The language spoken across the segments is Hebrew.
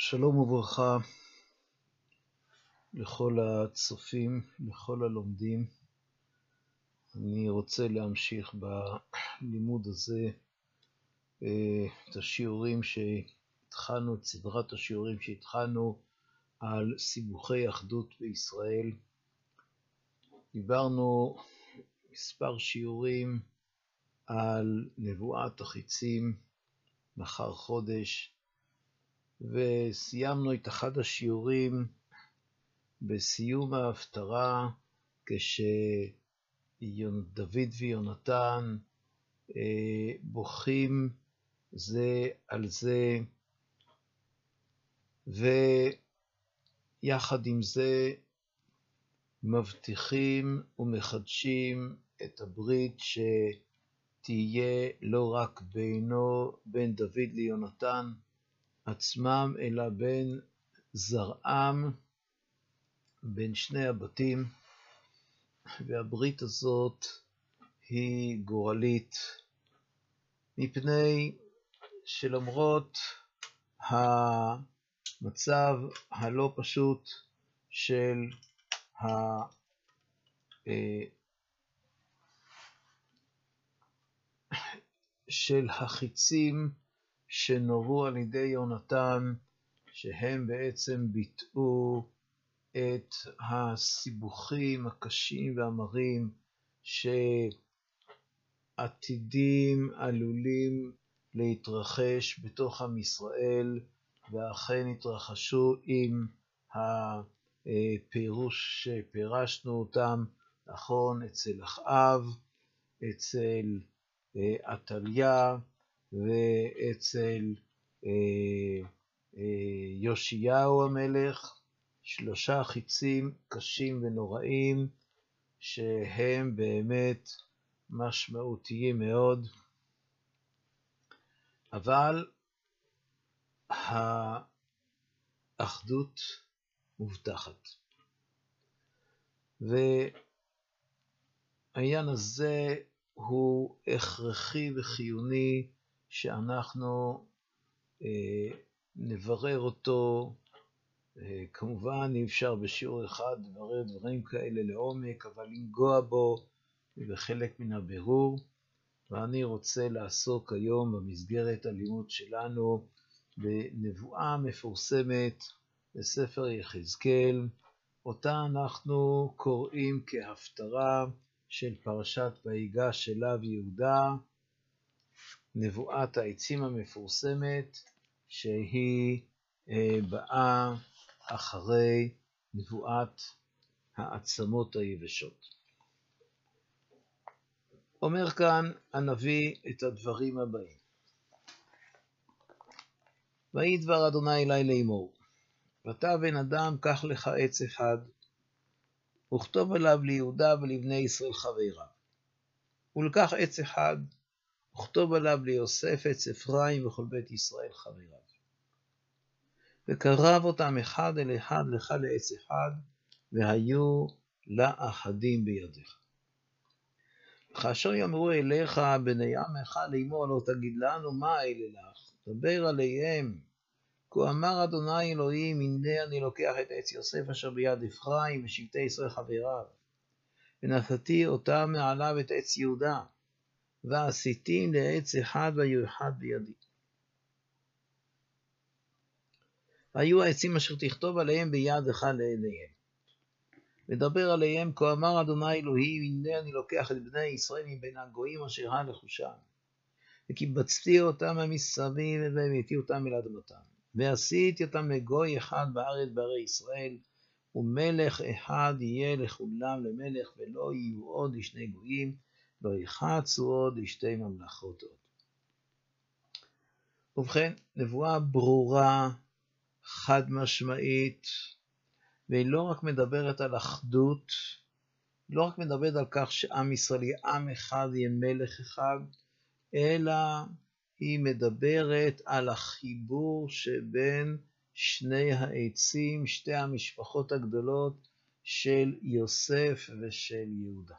שלום וברכה לכל הצופים, לכל הלומדים. אני רוצה להמשיך בלימוד הזה את השיעורים שהתחלנו, את סדרת השיעורים שהתחלנו על סיבוכי אחדות בישראל. דיברנו מספר שיעורים על נבואת החיצים, מחר חודש, וסיימנו את אחד השיעורים בסיום ההפטרה, כשדוד ויונתן בוכים זה על זה, ויחד עם זה מבטיחים ומחדשים את הברית שתהיה לא רק בין דוד ליונתן עצמם, אלא בין זרעם, בין שני הבתים. והברית הזאת היא גורלית, מפני שלמרות המצב הלא פשוט של החיצים שנורו על ידי יונתן, שהם בעצם ביטאו את הסיבוכים הקשים והמרים שעתידים עלולים להתרחש בתוך עם ישראל, ואכן התרחשו עם הפירוש שפירשנו אותם, נכון, אצל אחאב, אצל עתליה ואצל יאשיהו המלך. שלושה חיצים קשים ונוראים שהם באמת משמעותיים מאוד, אבל האחדות מובטחת. והעניין הזה הוא הכרחי וחיוני שאנחנו נברר אותו. כמובן אי אפשר בשיעור אחד לברר דברים כאלה לעומק, אבל לנגוע בו בחלק מן הבירור. ואני רוצה לעסוק היום במסגרת הלימוד שלנו בנבואה מפורסמת בספר יחזקאל, אותה אנחנו קוראים כהפטרה של פרשת ויגש אליו יהודה, נבואת העצים המפורסמת, שהיא באה אחרי נבואת העצמות היבשות. אומר כאן הנביא את הדברים הבאים: ויהי דבר אדוני אלי לאמור, ואתה בן אדם, קח לך עץ אחד, וכתוב עליו ליהודה ולבני ישראל חבריו. ולקח עץ אחד, וכתוב עליו ליוסף עץ אפרים וכל בית ישראל חבריו. וקרב אותם אחד אל אחד לך לעץ אחד, והיו לאחדים בידיך. כאשר יאמרו אליך בני עמך לאמור, לא תגיד לנו מה אלה לך, דבר עליהם. כה אמר אדוני אלוהים, הנה אני לוקח את עץ יוסף אשר ביד אפרים ושבטי ישראל חבריו, ונתתי אותם מעליו את עץ יהודה, ועשיתים לעץ אחד והיו אחד בידי. היו העצים אשר תכתוב עליהם ביד אחד לעיניהם. ודבר עליהם, כה אמר אדוני אלוהים, הנה אני לוקח את בני ישראל מבין הגויים אשר הלכושם, וקיבצתי אותם מסביב והבאתי אותם אל אדמתם, ועשיתי אותם לגוי אחד בארץ בערי ישראל, ומלך אחד יהיה לכולם למלך, ולא יהיו עוד לשני גויים, לא יחצו עוד לשתי ממלכות עוד. ובכן, נבואה ברורה, חד משמעית, והיא לא רק מדברת על אחדות, לא רק מדברת על כך שעם ישראל יהיה עם אחד, יהיה מלך אחד, אלא היא מדברת על החיבור שבין שני העצים, שתי המשפחות הגדולות של יוסף ושל יהודה.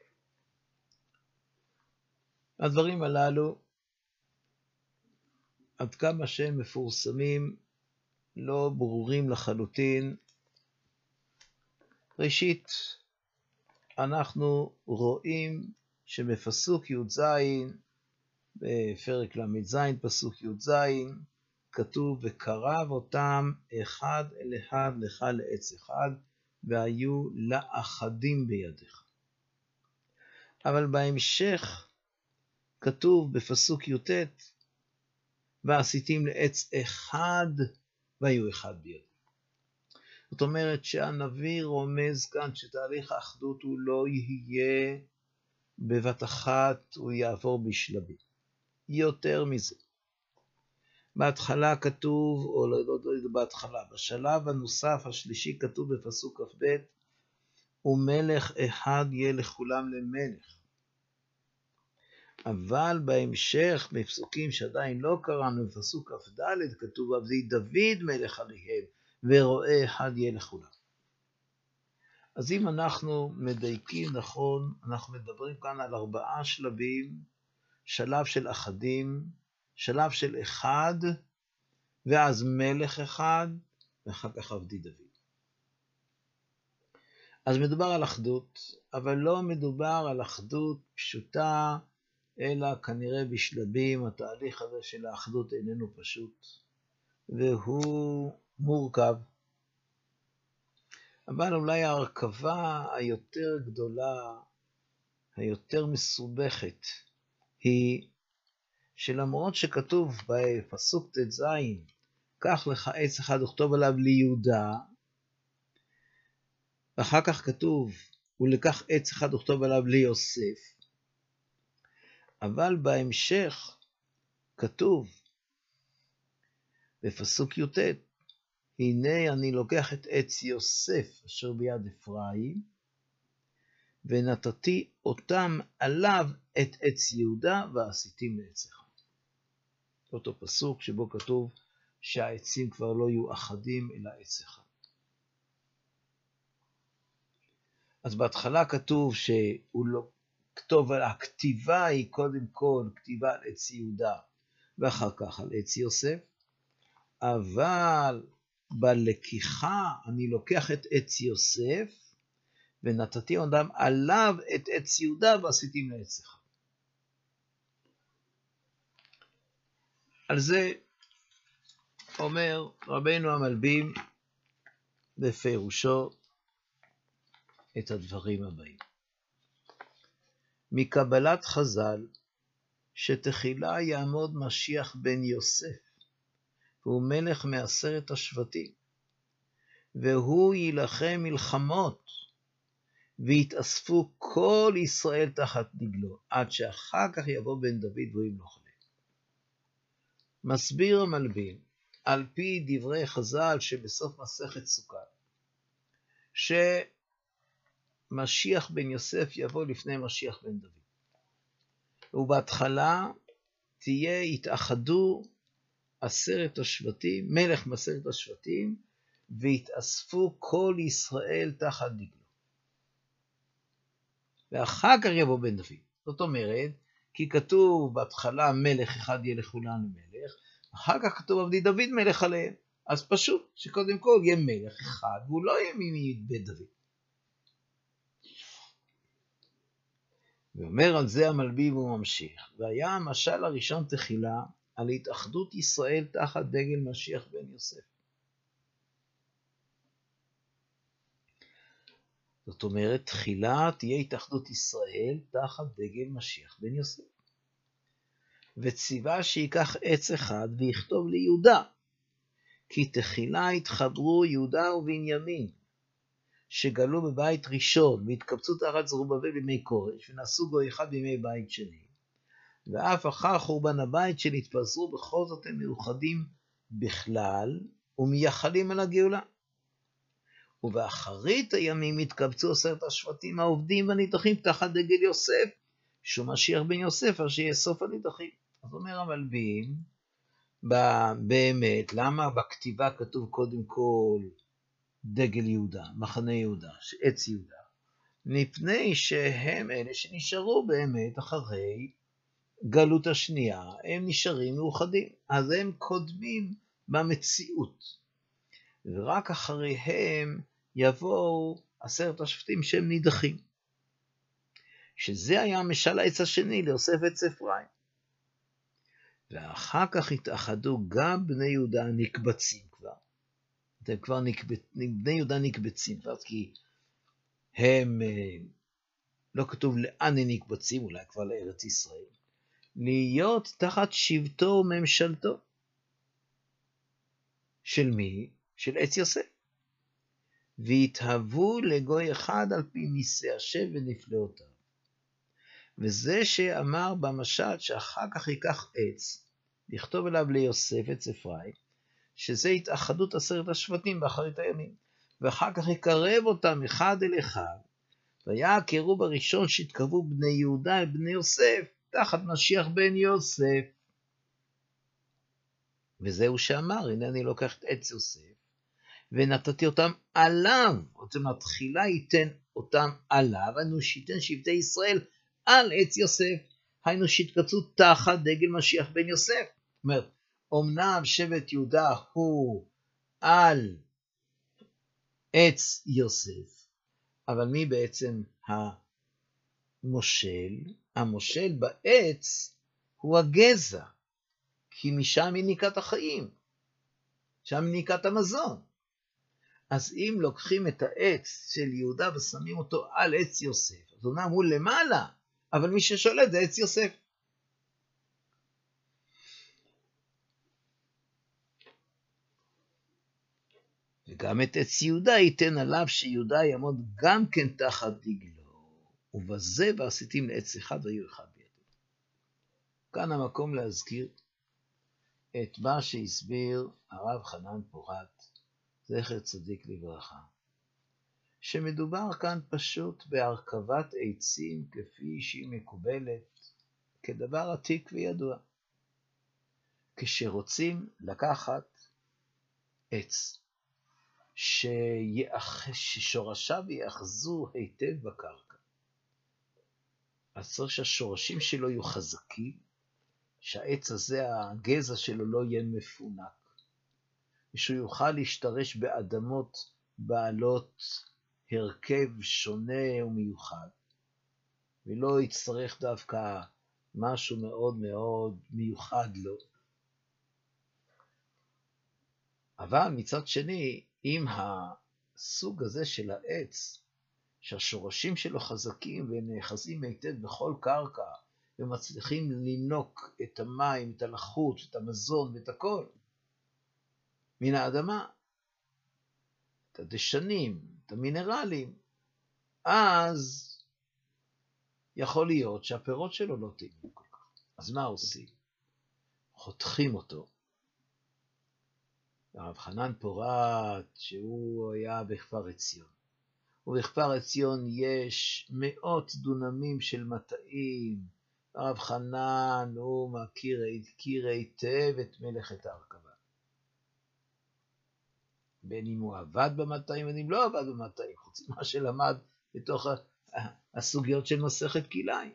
הדברים הללו עד כמה שהם מפורסמים, לא ברורים לחלוטין. ראשית, אנחנו רואים שבפסוק י"ז, בפרק ל"ז פסוק י"ז, כתוב וקרב אותם אחד אל אחד לך לעץ אחד, והיו לאחדים בידיך. אבל בהמשך כתוב בפסוק י"ט, ועשיתים לעץ אחד והיו אחד בידיך. זאת אומרת שהנביא רומז כאן שתהליך האחדות הוא לא יהיה בבת אחת, הוא יעבור בשלבים. יותר מזה. בהתחלה כתוב, או לא בהתחלה, בשלב הנוסף השלישי כתוב בפסוק כ"ב, ומלך אחד יהיה לכולם למלך. אבל בהמשך, בפסוקים שעדיין לא קראנו, בפסוק כ"ד כתוב, עבדי דוד מלך עליהם, ורועה אחד יהיה לכולם. אז אם אנחנו מדייקים נכון, אנחנו מדברים כאן על 4 שלבים, שלב של אחדים, שלב של אחד, ואז מלך אחד, ואחר כך עבדי דוד. אז מדובר על אחדות, אבל לא מדובר על אחדות פשוטה, אלא כנראה בשלבים. התהליך הזה של האחדות איננו פשוט, והוא מורכב. אבל אולי ההרכבה היותר גדולה, היותר מסובכת, היא שלמרות שכתוב בפסוק ט"ז, קח לך עץ אחד וכתוב עליו ליהודה, ואחר כך כתוב, ולקח עץ אחד וכתוב עליו ליוסף, אבל בהמשך כתוב בפסוק י"ט, הנה אני לוקח את עץ יוסף אשר ביד אפרים, ונתתי אותם עליו את עץ יהודה, ועשיתים לעץ אחד. אותו פסוק שבו כתוב שהעצים כבר לא יהיו אחדים אלא עץ אחד. אז בהתחלה כתוב שהוא לא כתוב, הכתיבה היא קודם כל כתיבה על עץ יהודה ואחר כך על עץ יוסף, אבל בלקיחה אני לוקח את עץ יוסף ונתתי אותם עליו את עץ יהודה ועשיתים לעץ אחד. על זה אומר רבינו המלבי"ם בפירושו את הדברים הבאים. מקבלת חז"ל שתחילה יעמוד משיח בן יוסף, והוא מלך מ10 השבטים, והוא יילחם מלחמות, ויתאספו כל ישראל תחת דגלו, עד שאחר כך יבוא בן דוד והוא ימלוך עליהם. מסביר המלבי"ם, על פי דברי חז"ל שבסוף מסכת סוכה, שמשיח בן יוסף יבוא לפני משיח בן דוד. ובהתחלה יתאחדו 10 השבטים, מלך מ10 השבטים, ויתאספו כל ישראל תחת דגלו. ואחר כך יבוא בן דוד. זאת אומרת, כי כתוב בהתחלה מלך אחד יהיה לכולם למלך, אחר כך כתוב עבדי דוד מלך עליהם. אז פשוט שקודם כל יהיה מלך אחד, והוא לא יהיה מבית דוד. ואומר על זה המלבי"ם והוא ממשיך, והיה המשל הראשון תחילה על התאחדות ישראל תחת דגל משיח בן יוסף. זאת אומרת, תחילה תהיה התאחדות ישראל תחת דגל משיח בן יוסף. וציווה שיקח עץ אחד ויכתוב ליהודה, כי תחילה התחברו יהודה ובנימין, שגלו בבית ראשון, והתקבצו תחת זרובבל בימי קורש, ונעשו גוי אחד בימי בית שני. ואף אחר חורבן הבית שנתפזרו, בכל זאת הם מאוחדים בכלל, ומייחלים על הגאולה. ובאחרית הימים התקבצו 10 השבטים העובדים והנידחים תחת דגל יוסף, שהוא משיח בן יוסף, אשר יהיה סוף הנידחים. אז אומר המלבי"ם, באמת, למה בכתיבה כתוב קודם כל דגל יהודה, מחנה יהודה, עץ יהודה? מפני שהם אלה שנשארו באמת אחרי הגלות השנייה, הם נשארים מאוחדים. אז הם קודמים במציאות. ורק אחריהם יבואו 10 השבטים שהם נידחים. שזה היה המשל העץ השני ליוסף עץ אפרים. ואחר כך התאחדו גם בני יהודה הנקבצים כבר. אתם כבר בני יהודה נקבצים כבר, כי הם, לא כתוב לאן הם נקבצים, אולי כבר לארץ ישראל. להיות תחת שבטו וממשלתו. של מי? של עץ יוסף. והתהוו לגוי אחד על פי ניסי השם ונפלאותיו. וזה שאמר במשל שאחר כך ייקח עץ, לכתוב אליו ליוסף עץ אפרים, שזה התאחדות 10 השבטים באחרית הימים, ואחר כך יקרב אותם אחד אל אחד, והיה הקירוב הראשון שהתקרבו בני יהודה ובני יוסף, תחת משיח בן יוסף. וזהו שאמר, הנה אני לוקח את עץ יוסף, ונתתי אותם עליו, זאת אומרת, תחילה ייתן אותם עליו, היינו שייתן שבטי ישראל על עץ יוסף, היינו שהתקבצו תחת דגל משיח בן יוסף. זאת אומרת, אמנם שבט יהודה הוא על עץ יוסף, אבל מי בעצם המושל? המושל בעץ הוא הגזע, כי משם היא ניקת החיים, שם היא ניקת המזון. אז אם לוקחים את העץ של יהודה ושמים אותו על עץ יוסף, אז אומנם הוא למעלה, אבל מי ששולט זה עץ יוסף. וגם את עץ יהודה ייתן עליו שיהודה יעמוד גם כן תחת דגלו, ובזה ועשיתים לעץ אחד והיו אחד בידו. כאן המקום להזכיר את מה שהסביר הרב חנן פורת, זכר צדיק לברכה, שמדובר כאן פשוט בהרכבת עצים כפי שהיא מקובלת, כדבר עתיק וידוע. כשרוצים לקחת עץ ששורשיו יאחזו היטב בקרקע, אז צריך שהשורשים שלו יהיו חזקים, שהעץ הזה, הגזע שלו לא יהיה מפונק, ושהוא יוכל להשתרש באדמות בעלות הרכב שונה ומיוחד, ולא יצטרך דווקא משהו מאוד מאוד מיוחד לו. אבל מצד שני, אם הסוג הזה של העץ, שהשורשים שלו חזקים ונאחזים היטב בכל קרקע, ומצליחים לנוק את המים, את הלחות, את המזון ואת הכל, מן האדמה, את הדשנים, את המינרלים, אז יכול להיות שהפירות שלו לא תהיינה כל כך. אז מה עושים? חותכים אותו. הרב חנן פורת, שהוא היה בכפר עציון, ובכפר עציון יש 100 דונמים של מטעים. הרב חנן הוא מכיר היטב את מלאכת ההרכבה. בין אם הוא עבד במטעים, בין אם לא עבד במטעים, חוץ מה שלמד בתוך הסוגיות של מסכת כלאיים.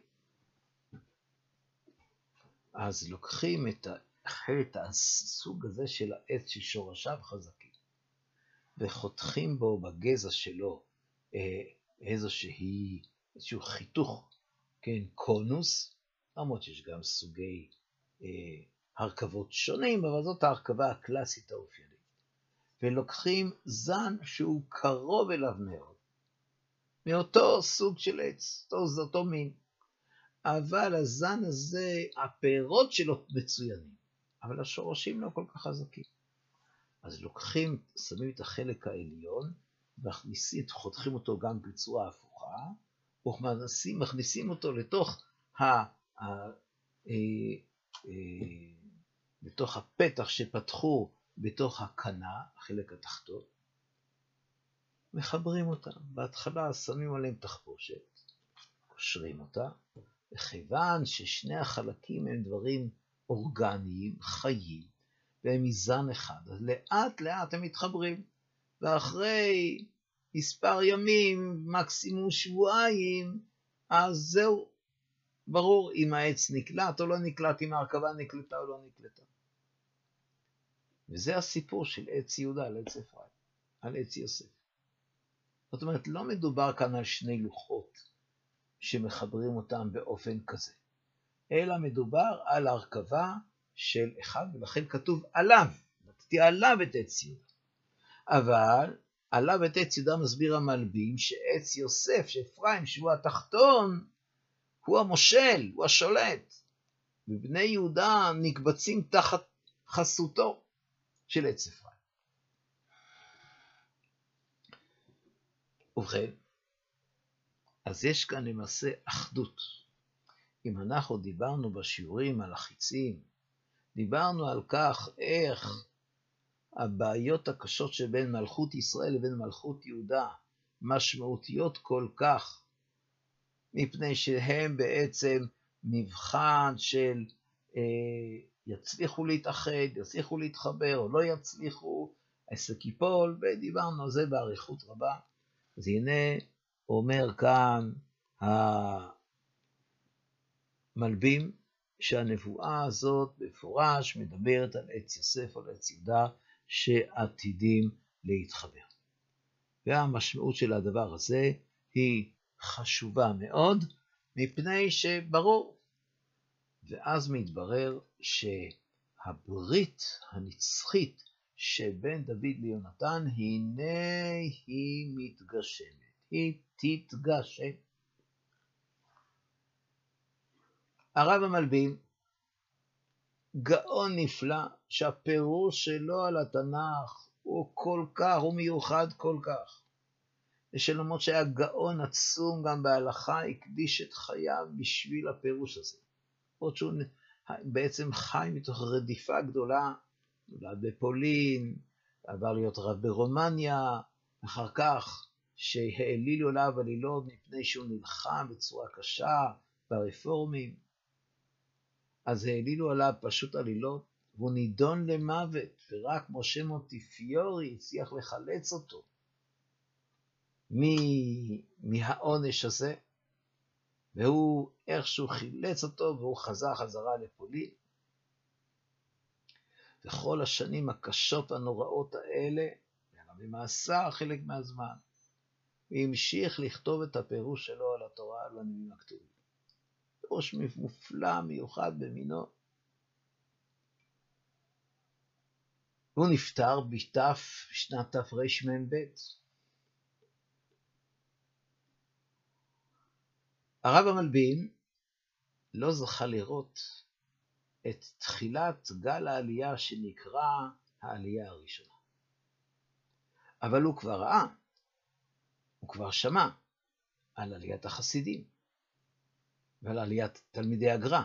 אז לוקחים את הסוג הזה של העץ ששורשיו חזקים, וחותכים בו בגזע שלו איזשהו חיתוך, כן, קונוס, למרות שיש גם סוגי הרכבות שונים, אבל זאת ההרכבה הקלאסית האופיינית. ולוקחים זן שהוא קרוב אליו מאוד, מאותו סוג של עץ, זה אותו מין. אבל הזן הזה, הפירות שלו מצוינים, אבל השורשים לא כל כך חזקים. אז לוקחים, שמים את החלק העליון, חותכים אותו גם בצורה הפוכה, ומכניסים אותו לתוך הפתח שפתחו בתוך הקנה, החלק התחתון, מחברים אותם. בהתחלה שמים עליהם תחבושת, קושרים אותה, וכיוון ששני החלקים הם דברים אורגניים, חיים, והם מזן אחד, אז לאט לאט הם מתחברים, ואחרי מספר ימים, מקסימום שבועיים, אז זהו, ברור אם העץ נקלט או לא נקלט, אם ההרכבה נקלטה או לא נקלטה. וזה הסיפור של עץ יהודה על עץ אפרים, על עץ יוסף. זאת אומרת, לא מדובר כאן על שני לוחות שמחברים אותם באופן כזה, אלא מדובר על הרכבה של אחד, ולכן כתוב עליו, נתתי עליו את עץ יהודה. אבל עליו את עץ יהודה מסביר המלבים שעץ יוסף, שאפרים, שהוא התחתון, הוא המושל, הוא השולט. ובני יהודה נקבצים תחת חסותו של עץ אפרים. ובכן, אז יש כאן למעשה אחדות. אם אנחנו דיברנו בשיעורים על החיצים, דיברנו על כך איך הבעיות הקשות שבין מלכות ישראל לבין מלכות יהודה משמעותיות כל כך, מפני שהם בעצם מבחן של יצליחו להתאחד, יצליחו להתחבר או לא יצליחו, העסק ייפול, ודיברנו על זה באריכות רבה. אז הנה אומר כאן המלבים שהנבואה הזאת בפורש מדברת על עץ יוסף או על עץ יהודה שעתידים להתחבר. והמשמעות של הדבר הזה היא חשובה מאוד, מפני שברור, ואז מתברר שהברית הנצחית שבין דוד ליונתן, הנה היא מתגשמת, היא תתגשם. הרב המלבים, גאון נפלא, שהפירוש שלו על התנ"ך הוא כל כך, הוא מיוחד כל כך. ושלמות שהיה גאון עצום גם בהלכה, הקדיש את חייו בשביל הפירוש הזה. עוד שהוא בעצם חי מתוך רדיפה גדולה, נולד בפולין, עבר להיות רב ברומניה, אחר כך שהעלילו עליו עלילות מפני שהוא נלחם בצורה קשה ברפורמים, אז העלילו עליו פשוט עלילות, והוא נידון למוות, ורק משה מונטיפיורי הצליח לחלץ אותו מהעונש הזה, והוא איכשהו חילץ אותו, והוא חזר חזרה לפולין. וכל השנים הקשות הנוראות האלה, גם במאסר חלק מהזמן, הוא המשיך לכתוב את הפירוש שלו על התורה, על הנביאים הכתובים. פירוש מופלא, מיוחד במינו. הוא נפטר בשנת תרמ"ב. הרב המלבים לא זכה לראות את תחילת גל העלייה שנקרא העלייה הראשונה. אבל הוא כבר ראה, הוא כבר שמע על עליית החסידים ועל עליית תלמידי הגר"א.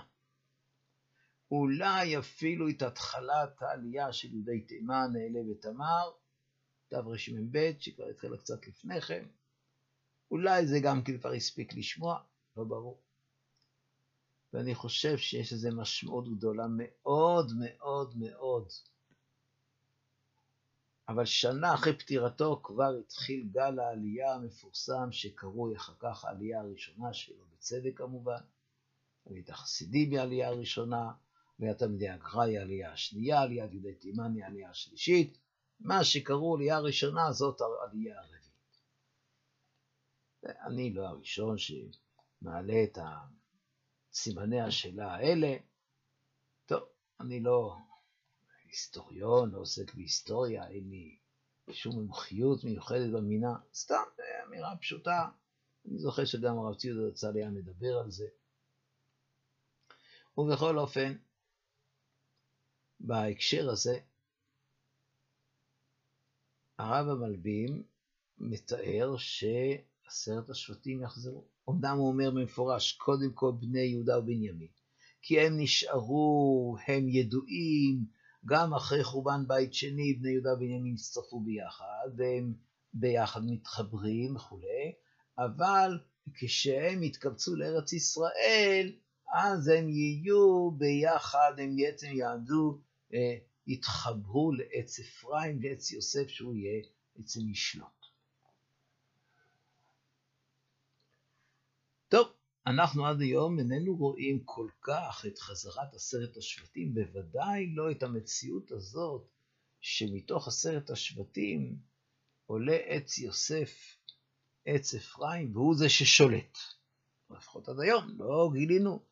אולי אפילו את התחלת העלייה של יהודי תימן, נעלה ותמר, תרמ"ב, שכבר התחילה קצת לפני כן. אולי זה גם כבר הספיק לשמוע, לא ברור. ואני חושב שיש לזה משמעות גדולה מאוד מאוד מאוד. אבל שנה אחרי פטירתו כבר התחיל גל העלייה המפורסם שקרוי אחר כך העלייה הראשונה שלו, בצדק כמובן. עליית החסידים היא העלייה הראשונה, עליית תלמידי הגר"א היא העלייה השנייה, עליית יהודי תימן היא העלייה השלישית. מה שקראו העלייה הראשונה זאת העלייה הרביעית. אני לא הראשון שמעלה את סימני השאלה האלה. טוב, אני לא היסטוריון, לא עוסק בהיסטוריה, אין לי שום מומחיות מיוחדת במינה, סתם אמירה פשוטה. אני זוכר שגם הרב ציודה צה"ל היה מדבר על זה. ובכל אופן, בהקשר הזה, הרב המלבים מתאר שעשרת השבטים יחזרו. אמנם הוא אומר במפורש, קודם כל בני יהודה ובנימין, כי הם נשארו, הם ידועים, גם אחרי חורבן בית שני, בני יהודה ובנימין הצטרפו ביחד, והם ביחד מתחברים וכו', אבל כשהם יתקבצו לארץ ישראל, אז הם יהיו ביחד, הם בעצם יעמדו, יתחברו לעץ אפרים, לעץ יוסף, שהוא יהיה בעצם ישלוט. טוב, אנחנו עד היום איננו רואים כל כך את חזרת 10 השבטים, בוודאי לא את המציאות הזאת שמתוך 10 השבטים עולה עץ יוסף, עץ אפרים, והוא זה ששולט. לפחות עד היום, לא גילינו.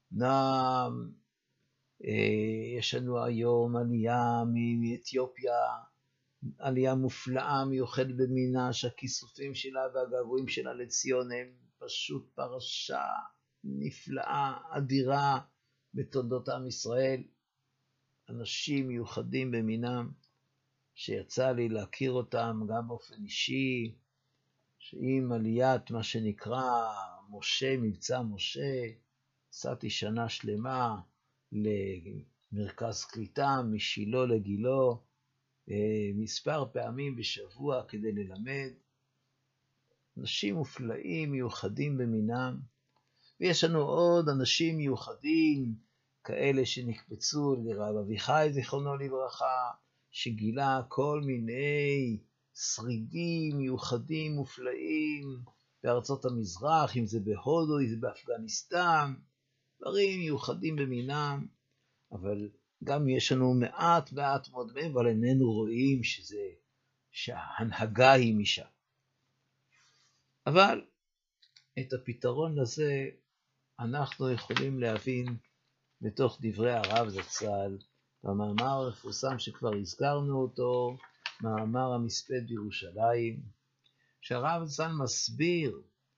יש לנו היום עלייה מאתיופיה, עלייה מופלאה מיוחדת במינה, שהכיסופים שלה והגעגועים שלה לציון הם פשוט פרשה נפלאה, אדירה בתולדות עם ישראל. אנשים מיוחדים במינם, שיצא לי להכיר אותם גם באופן אישי, שעם עליית מה שנקרא משה, מבצע משה, נסעתי שנה שלמה למרכז קליטה משילו לגילו, מספר פעמים בשבוע כדי ללמד. אנשים מופלאים, מיוחדים במינם, ויש לנו עוד אנשים מיוחדים, כאלה שנקפצו לרב אביחי זיכרונו לברכה, שגילה כל מיני שרידים מיוחדים מופלאים בארצות המזרח, אם זה בהודו, אם זה באפגניסטן, דברים מיוחדים במינם, אבל גם יש לנו מעט מאוד מהם, אבל איננו רואים שההנהגה היא משם. אבל את הפתרון לזה אנחנו יכולים להבין בתוך דברי הרב זצ"ל, במאמר המפורסם שכבר הזכרנו אותו, מאמר המספד בירושלים, שהרב זצ"ל מסביר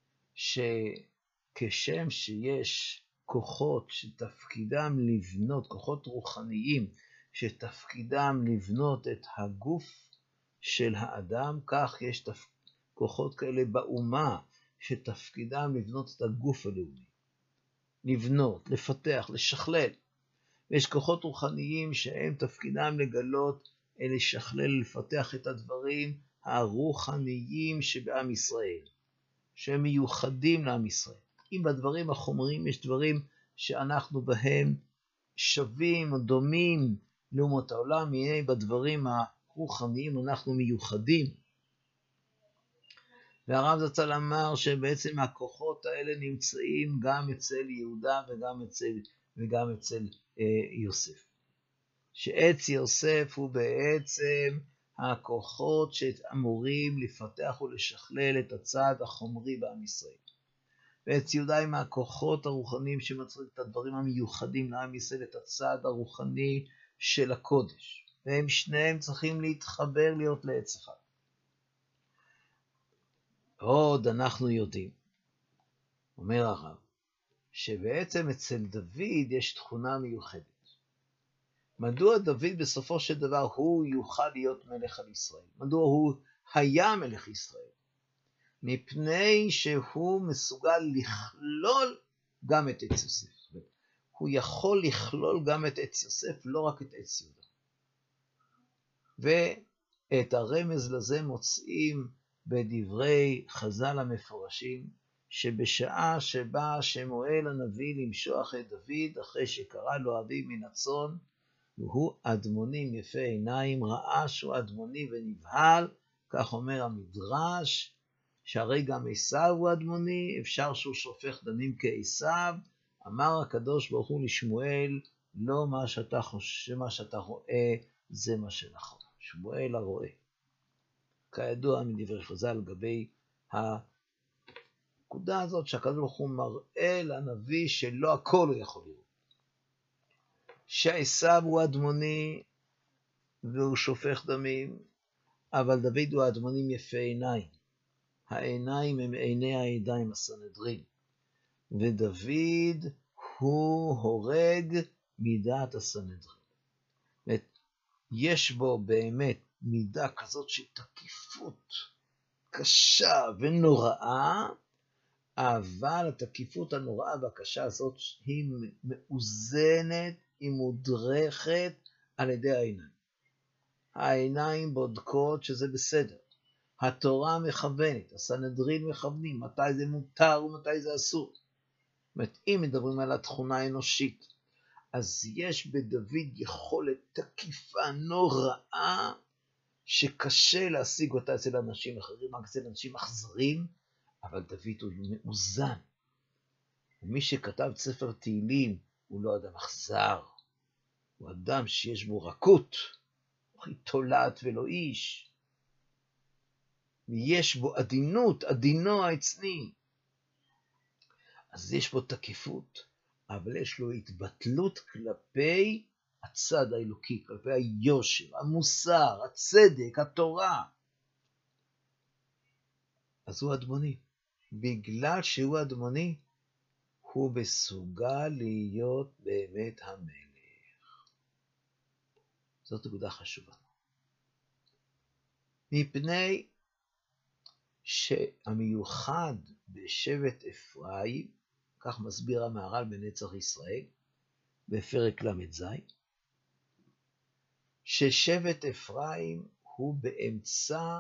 שכשם שיש כוחות שתפקידם לבנות, כוחות רוחניים שתפקידם לבנות את הגוף של האדם, כך יש כוחות כאלה באומה שתפקידם לבנות את הגוף הלאומי. לבנות, לפתח, לשכלל. ויש כוחות רוחניים שהם תפקידם לגלות, לשכלל, לפתח את הדברים הרוחניים שבעם ישראל, שהם מיוחדים לעם ישראל. אם בדברים החומריים יש דברים שאנחנו בהם שווים או דומים לאומות העולם, הנה בדברים הרוחניים אנחנו מיוחדים. והרב זצ"ל אמר שבעצם הכוחות האלה נמצאים גם אצל יהודה וגם אצל יוסף. שעץ יוסף הוא בעצם הכוחות שאמורים לפתח ולשכלל את הצד החומרי בעם ישראל. ועץ יהודה עם הכוחות הרוחניים שמצריך את הדברים המיוחדים לעם ישראל, את הצד הרוחני של הקודש. והם שניהם צריכים להתחבר להיות לעץ אחד. עוד אנחנו יודעים, אומר הרב, שבעצם אצל דוד יש תכונה מיוחדת. מדוע דוד בסופו של דבר הוא יוכל להיות מלך על ישראל? מדוע הוא היה מלך ישראל? מפני שהוא מסוגל לכלול גם את עץ יוסף. הוא יכול לכלול גם את עץ יוסף, לא רק את עץ יהודה. ואת הרמז לזה מוצאים בדברי חז"ל המפורשים, שבשעה שבא שמואל הנביא למשוח את דוד, אחרי שקרא לו אביו מן הצאן, והוא אדמוני יפה עיניים, ראה שהוא אדמוני ונבהל, כך אומר המדרש, שהרי גם עשיו הוא אדמוני, אפשר שהוא שופך דמים כעשיו. אמר הקדוש ברוך הוא לשמואל, לא מה שאתה חושב, מה שאתה רואה, זה מה שנכון. שמואל הרואה. כידוע מדברי חז"ל לגבי הנקודה הזאת שהקדוש ברוך הוא מראה לנביא שלא הכל הוא יכול לראות. שעשיו הוא אדמוני והוא שופך דמים, אבל דוד הוא אדמונים יפה עיניים. העיניים הם עיני הידיים הסנהדרין. ודוד הוא הורג מידת הסנהדרין. יש בו באמת מידה כזאת של תקיפות קשה ונוראה, אבל התקיפות הנוראה והקשה הזאת היא מאוזנת, היא מודרכת על ידי העיניים. העיניים בודקות שזה בסדר. התורה מכוונת, הסנהדרין מכוונים, מתי זה מותר ומתי זה אסור. זאת אומרת, אם מדברים על התכונה האנושית, אז יש בדוד יכולת תקיפה נוראה, שקשה להשיג אותה אצל אנשים אחרים, רק אצל אנשים אכזרים, אבל דוד הוא מאוזן. ומי שכתב ספר תהילים הוא לא אדם אכזר, הוא אדם שיש בו רכות, תולעת ולא איש, ויש בו עדינות, עדינו העצני. אז יש בו תקיפות, אבל יש לו התבטלות כלפי הצד האלוקי, כלפי היושר, המוסר, הצדק, התורה. אז הוא אדמוני. בגלל שהוא אדמוני, הוא מסוגל להיות באמת המלך. זאת נקודה חשובה. מפני שהמיוחד בשבט אפרים, כך מסביר המהר"ל בנצח ישראל, בפרק ל"ז, ששבט אפרים הוא באמצע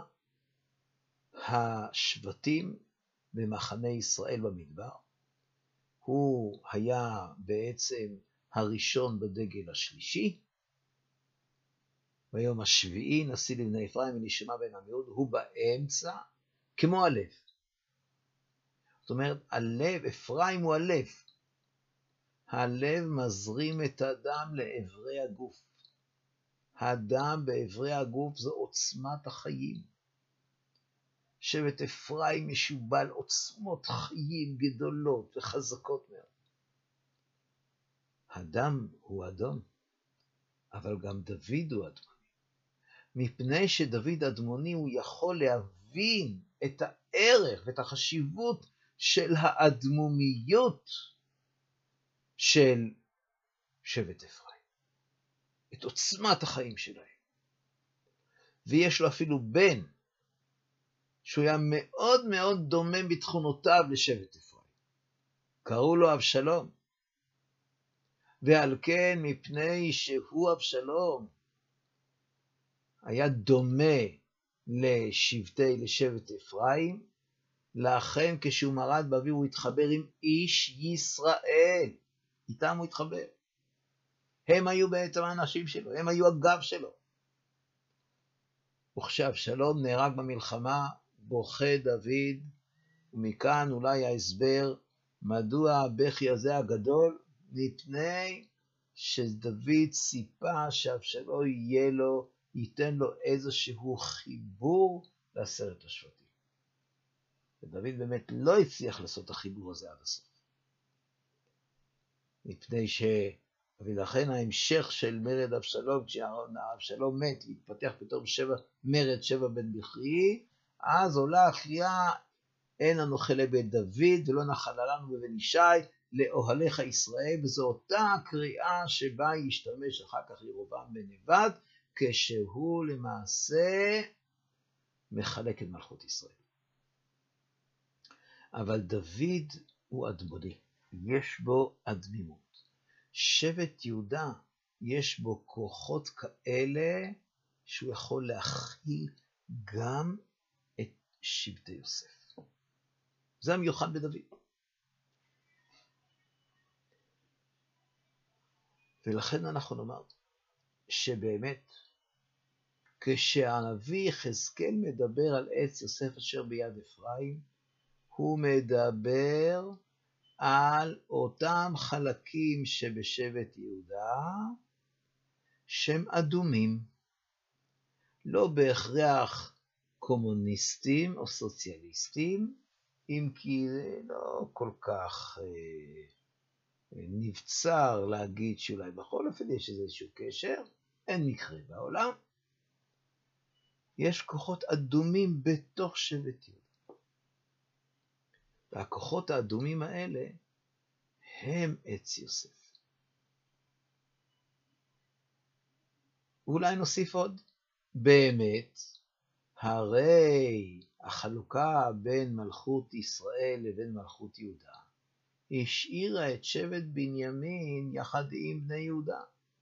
השבטים במחנה ישראל במדבר. הוא היה בעצם הראשון בדגל השלישי, ביום השביעי נשיא לבני אפרים ונשמה בן עמיהוד, הוא באמצע כמו הלב. זאת אומרת, הלב, אפרים הוא הלב. הלב מזרים את הדם לעברי הגוף. הדם בעברי הגוף זו עוצמת החיים. שבט אפרים משובל עוצמות חיים גדולות וחזקות מאוד. הדם הוא אדון, אבל גם דוד הוא אדמוני. מפני שדוד אדמוני הוא יכול להבין את הערך ואת החשיבות של האדמומיות של שבט אפרים. את עוצמת החיים שלהם. ויש לו אפילו בן, שהוא היה מאוד מאוד דומה בתכונותיו לשבט אפרים. קראו לו אבשלום. ועל כן, מפני שהוא אבשלום, היה דומה לשבט אפרים, לכן כשהוא מרד באביו הוא התחבר עם איש ישראל. איתם הוא התחבר. הם היו בעצם האנשים שלו, הם היו הגב שלו. וכשאבשלום נהרג במלחמה, בוכה דוד, ומכאן אולי ההסבר מדוע הבכי הזה הגדול, מפני שדוד ציפה שאבשלום ייתן לו איזשהו חיבור לעשרת השבטים. ודוד באמת לא הצליח לעשות את החיבור הזה עד הסוף. מפני ולכן ההמשך של מרד אבשלום, כשאבשלום מת והתפתח פתאום מרד שבע בן בכרי, אז עולה הקריאה, אין לנו חלה בית דוד ולא נחלה לנו בבן ישי, לאוהליך ישראל, וזו אותה הקריאה שבה ישתמש אחר כך ירבעם בן נבט, כשהוא למעשה מחלק את מלכות ישראל. אבל דוד הוא אדמוני, יש בו אדמימות. שבט יהודה יש בו כוחות כאלה שהוא יכול להכיל גם את שבטי יוסף. זה המיוחד בדוד. ולכן אנחנו נאמר שבאמת כשהנביא יחזקאל מדבר על עץ יוסף אשר ביד אפרים, הוא מדבר על אותם חלקים שבשבט יהודה שהם אדומים, לא בהכרח קומוניסטים או סוציאליסטים, אם כי זה לא כל כך נבצר להגיד שאולי בכל אופן יש איזשהו קשר, אין מקרה בעולם. יש כוחות אדומים בתוך שבט יהודה. והכוחות האדומים האלה הם עץ יוסף. אולי נוסיף עוד. באמת, הרי החלוקה בין מלכות ישראל לבין מלכות יהודה השאירה את שבט בנימין יחד עם בני יהודה.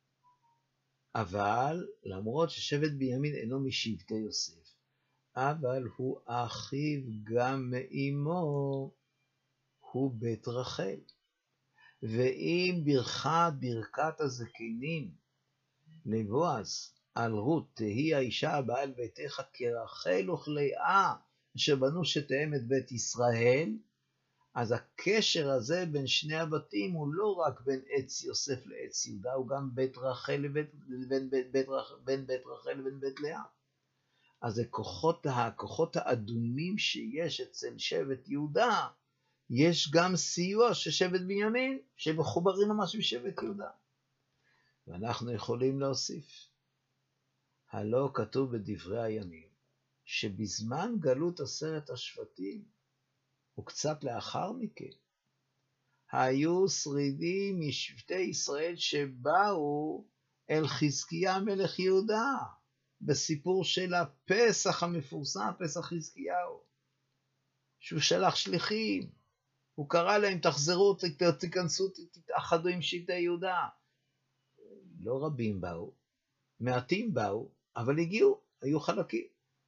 אבל למרות ששבט בנימין אינו משבטי יוסף, אבל הוא אחיו גם מאמו, הוא בית רחל. ואם ברכת הזקנים לבועז על רות, תהי האישה הבאה אל ביתך כרחל וכלאה, שבנו שתאם את בית ישראל, אז הקשר הזה בין שני הבתים הוא לא רק בין עץ יוסף לעץ יהודה, הוא גם בית רחל לבין בית רחל לבין בית לאה. אז הכוחות האדומים שיש אצל שבט יהודה, יש גם סיוע של שבט בנימין, שמחוברים ממש בשבט יהודה. ואנחנו יכולים להוסיף, הלא כתוב בדברי הימים, שבזמן גלות 10 השבטים, וקצת לאחר מכן, היו שרידים משבטי ישראל שבאו אל חזקיה מלך יהודה, בסיפור של הפסח המפורסם, פסח חזקיהו, שהוא שלח שליחים, הוא קרא להם, תחזרו, תיכנסו, תתאחדו עם שבטי יהודה. לא רבים באו, מעטים באו, אבל הגיעו, היו חלקים.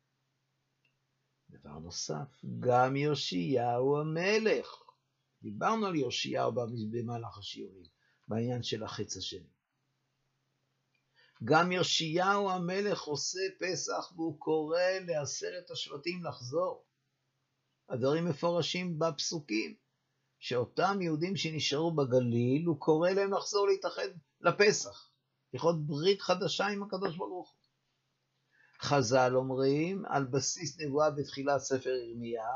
דבר נוסף, גם יאשיהו המלך, דיברנו על יאשיהו במהלך השיעורים, בעניין של החץ השני. גם יאשיהו המלך עושה פסח והוא קורא ל10 השבטים לחזור. הדברים מפורשים בפסוקים, שאותם יהודים שנשארו בגליל, הוא קורא להם לחזור להתאחד לפסח, לכרות ברית חדשה עם הקדוש ברוך הוא. חז"ל אומרים על בסיס נבואה בתחילת ספר ירמיה,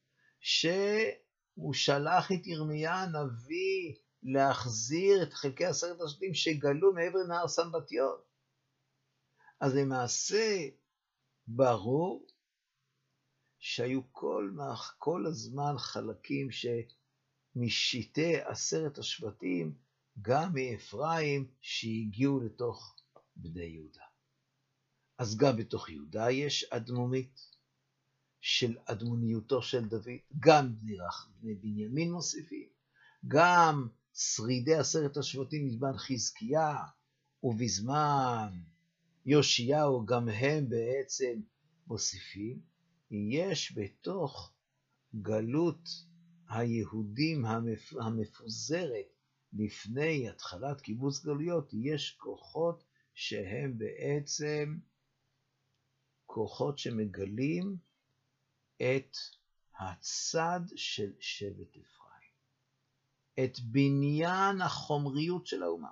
שהוא שלח את ירמיה הנביא להחזיר את חלקי 10 השבטים שגלו מעבר נהר סנבטיון. אז למעשה ברור שהיו כל הזמן חלקים שמשתי 10 השבטים, גם מאפרים שהגיעו לתוך בני יהודה. אז גם בתוך יהודה יש אדמומית של אדמוניותו של דוד, גם בני בנימין מוסיפים, גם שרידי 10 השבטים בזמן חזקיה ובזמן יאשיהו, גם הם בעצם מוסיפים. יש בתוך גלות היהודים המפוזרת לפני התחלת קיבוץ גלויות, יש כוחות שהם בעצם כוחות שמגלים את הצד של שבט אפרים, את בניין החומריות של האומה.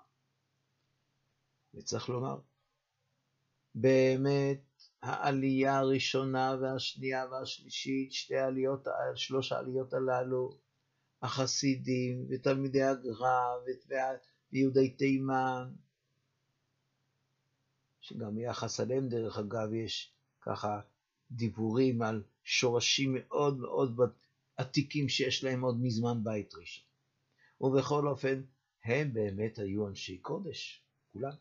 וצריך לומר, באמת העלייה הראשונה והשנייה והשלישית, 3 העליות הללו, החסידים ותלמידי הגר"א ויהודי תימן, שגם יחס עליהם דרך אגב יש ככה דיבורים על שורשים מאוד מאוד עתיקים שיש להם עוד מזמן בית ראשון. ובכל אופן הם באמת היו אנשי קודש, כולם.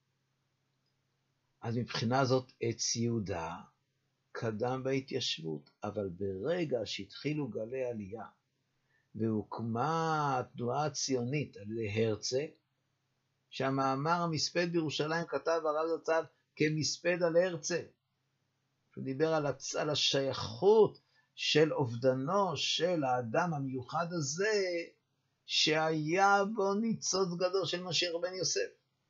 אז מבחינה זאת עץ יהודה קדם בהתיישבות, אבל ברגע שהתחילו גלי עלייה והוקמה התנועה הציונית על ידי הרצל, שהמאמר המספד בירושלים כתב הרב זצ"ל כמספד על הרצל, הוא דיבר על השייכות של אובדנו של האדם המיוחד הזה, שהיה בו ניצוץ גדול של משיח בן יוסף.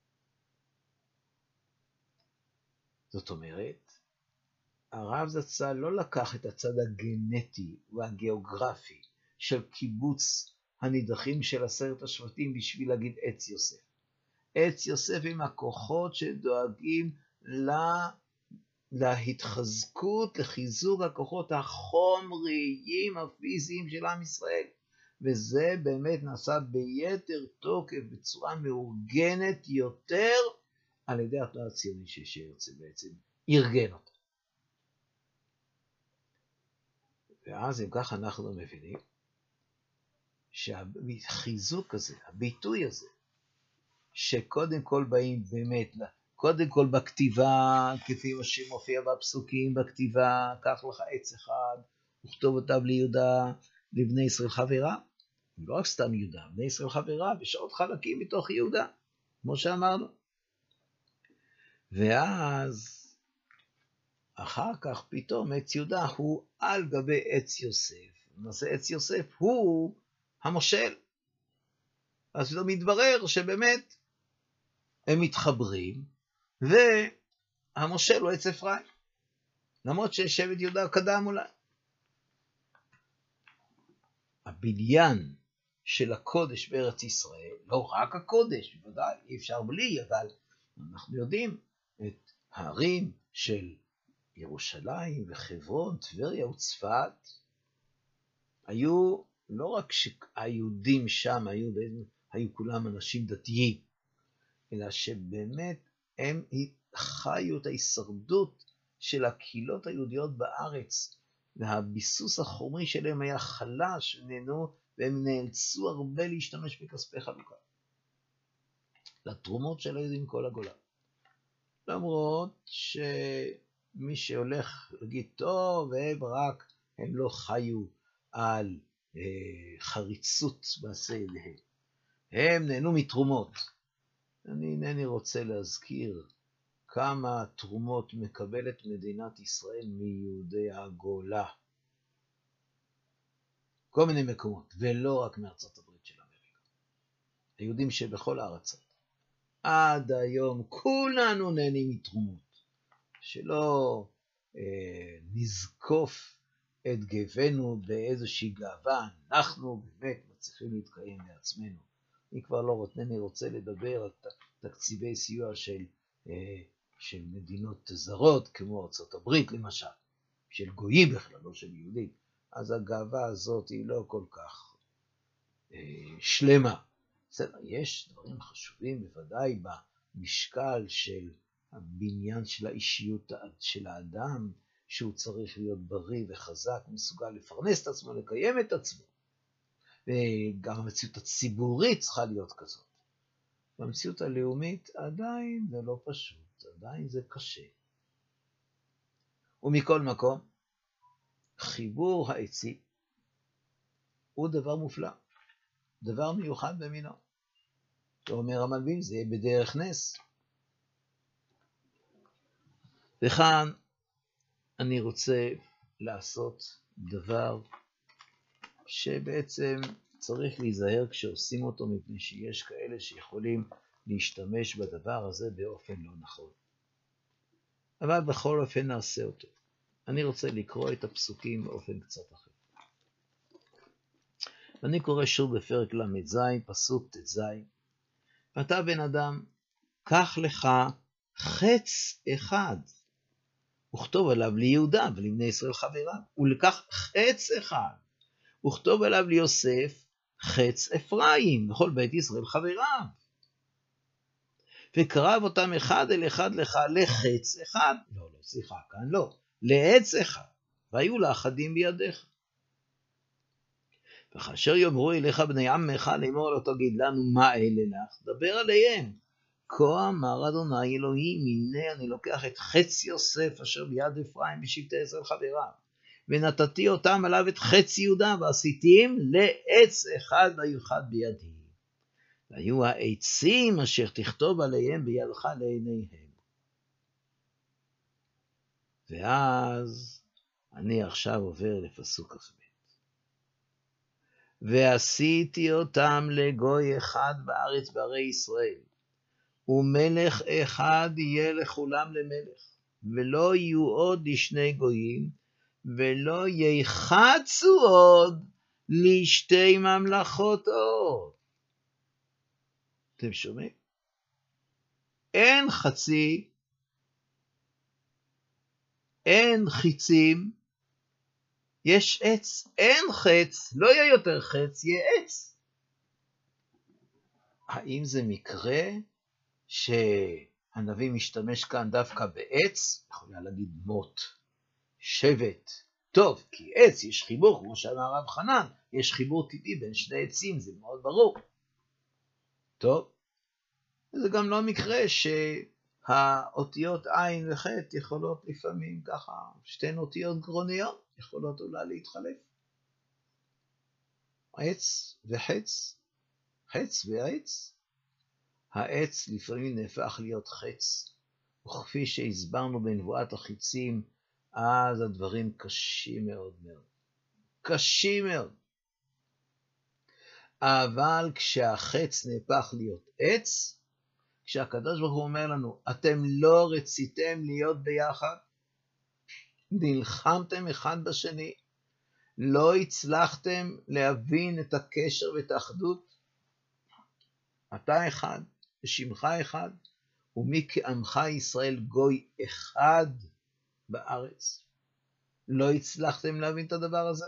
זאת אומרת, הרב זצ"ל לא לקח את הצד הגנטי והגיאוגרפי של קיבוץ הנידחים של 10 השבטים בשביל להגיד עץ יוסף. עץ יוסף עם הכוחות שדואגים להתחזקות, לחיזוק הכוחות החומריים הפיזיים של עם ישראל. וזה באמת נעשה ביתר תוקף, בצורה מאורגנת יותר, על ידי התנועה הציונית שהרצל בעצם ארגן אותה. ואז אם כך אנחנו מבינים שהחיזוק הזה, הביטוי הזה, שקודם כל באים באמת, קודם כל בכתיבה, כפי מה שמופיע בפסוקים בכתיבה, קח לך עץ אחד, וכתוב אותה ליהודה, לבני ישראל חברה, לא רק סתם יהודה, בני ישראל חברה, ויש עוד חלקים מתוך יהודה, כמו שאמרנו. ואז אחר כך פתאום עץ יהודה הוא על גבי עץ יוסף. למעשה עץ יוסף הוא המושל. אז פתאום מתברר שבאמת הם מתחברים, והמושל הוא עץ אפרים. למרות ששבט יהודה קדם אולי. הבניין של הקודש בארץ ישראל, לא רק הקודש, בוודאי, אי אפשר בלי, אבל אנחנו יודעים את הערים של ירושלים וחברון, טבריה וצפת, היו לא רק שהיהודים שם היו כולם אנשים דתיים, אלא שבאמת הם חיו את ההישרדות של הקהילות היהודיות בארץ, והביסוס החומרי שלהם היה חלש, והם נאלצו הרבה להשתמש בכספי חלוקה, לתרומות של היהודים כל הגולה. למרות שמי שהולך להגיד טוב, הם לא חיו על חריצות מעשה ידיהם. הם נהנו מתרומות. אני אינני רוצה להזכיר כמה תרומות מקבלת מדינת ישראל מיהודי הגולה. כל מיני מקומות, ולא רק מארצות הברית של אמריקה. היהודים שבכל הארצות. עד היום כולנו נהנים מתרומות. שלא נזקוף את גאוונו באיזושהי גאווה. אנחנו באמת מצליחים להתקיים בעצמנו. אני כבר לא רוצה לדבר על תקציבי סיוע של מדינות זרות, כמו ארצות הברית למשל, של גויים בכלל, לא של יהודים. אז הגאווה הזאת היא לא כל כך שלמה. בסדר, יש דברים חשובים בוודאי במשקל של הבניין של האישיות של האדם, שהוא צריך להיות בריא וחזק, מסוגל לפרנס את עצמו, לקיים את עצמו. וגם המציאות הציבורית צריכה להיות כזאת. במציאות הלאומית עדיין זה לא פשוט, עדיין זה קשה. ומכל מקום, חיבור העצים הוא דבר מופלא, דבר מיוחד במינו. אומר המלבים, זה יהיה בדרך נס. וכאן אני רוצה לעשות דבר שבעצם צריך להיזהר כשעושים אותו, מפני שיש כאלה שיכולים להשתמש בדבר הזה באופן לא נכון. אבל בכל אופן נעשה אותו. אני רוצה לקרוא את הפסוקים באופן קצת אחר. ואני קורא שוב בפרק ל"ז, פסוק ט"ז. ואתה בן אדם, קח לך חץ אחד, וכתוב עליו ליהודה ולבני ישראל חבריו, ולקח חץ אחד, וכתוב עליו ליוסף חץ אפרים, וכל בית ישראל חבריו. וקרב אותם אחד אל אחד לך לחץ אחד, סליחה, כאן לא, לעץ אחד, והיו לאחדים בידיך. וכאשר יאמרו אליך בני עמך לאמור לא תגיד לנו מה אלה לך, דבר עליהם. כה אמר אדוני אלוהים, הנה אני לוקח את חץ יוסף אשר ביד אפרים בשבטי ישראל חבריו, ונתתי אותם עליו את חץ יהודה, ועשיתים לעץ אחד ויוחד בידי. והיו העצים אשר תכתוב עליהם בידך לעיניהם. ואז אני עכשיו עובר לפסוק כ"ב. ועשיתי אותם לגוי אחד בארץ בערי ישראל, ומלך אחד יהיה לכולם למלך, ולא יהיו עוד לשני גויים, ולא יחצו עוד לשתי ממלכות עוד. אתם שומעים? אין חצי, אין חיצים, יש עץ, אין חץ, לא יהיה יותר חץ, יהיה עץ. האם זה מקרה שהנביא משתמש כאן דווקא בעץ? יכולה להגיד מות, שבט. טוב, כי עץ יש חיבור, כמו שאמר הרב חנן, יש חיבור טבעי בין שני עצים, זה מאוד ברור. טוב, זה גם לא מקרה שהאותיות עין וחט יכולות לפעמים ככה, שתי אותיות גרוניות יכולות אולי להתחלף. עץ וחץ, חץ ועץ. העץ לפעמים נהפך להיות חץ, וכפי שהסברנו בנבואת החיצים, אז הדברים קשים מאוד מאוד. קשים מאוד. אבל כשהחץ נהפך להיות עץ, כשהקדוש ברוך הוא אומר לנו, אתם לא רציתם להיות ביחד, נלחמתם אחד בשני, לא הצלחתם להבין את הקשר ואת האחדות. אתה אחד, ושמך אחד, ומי כעמך ישראל גוי אחד בארץ. לא הצלחתם להבין את הדבר הזה?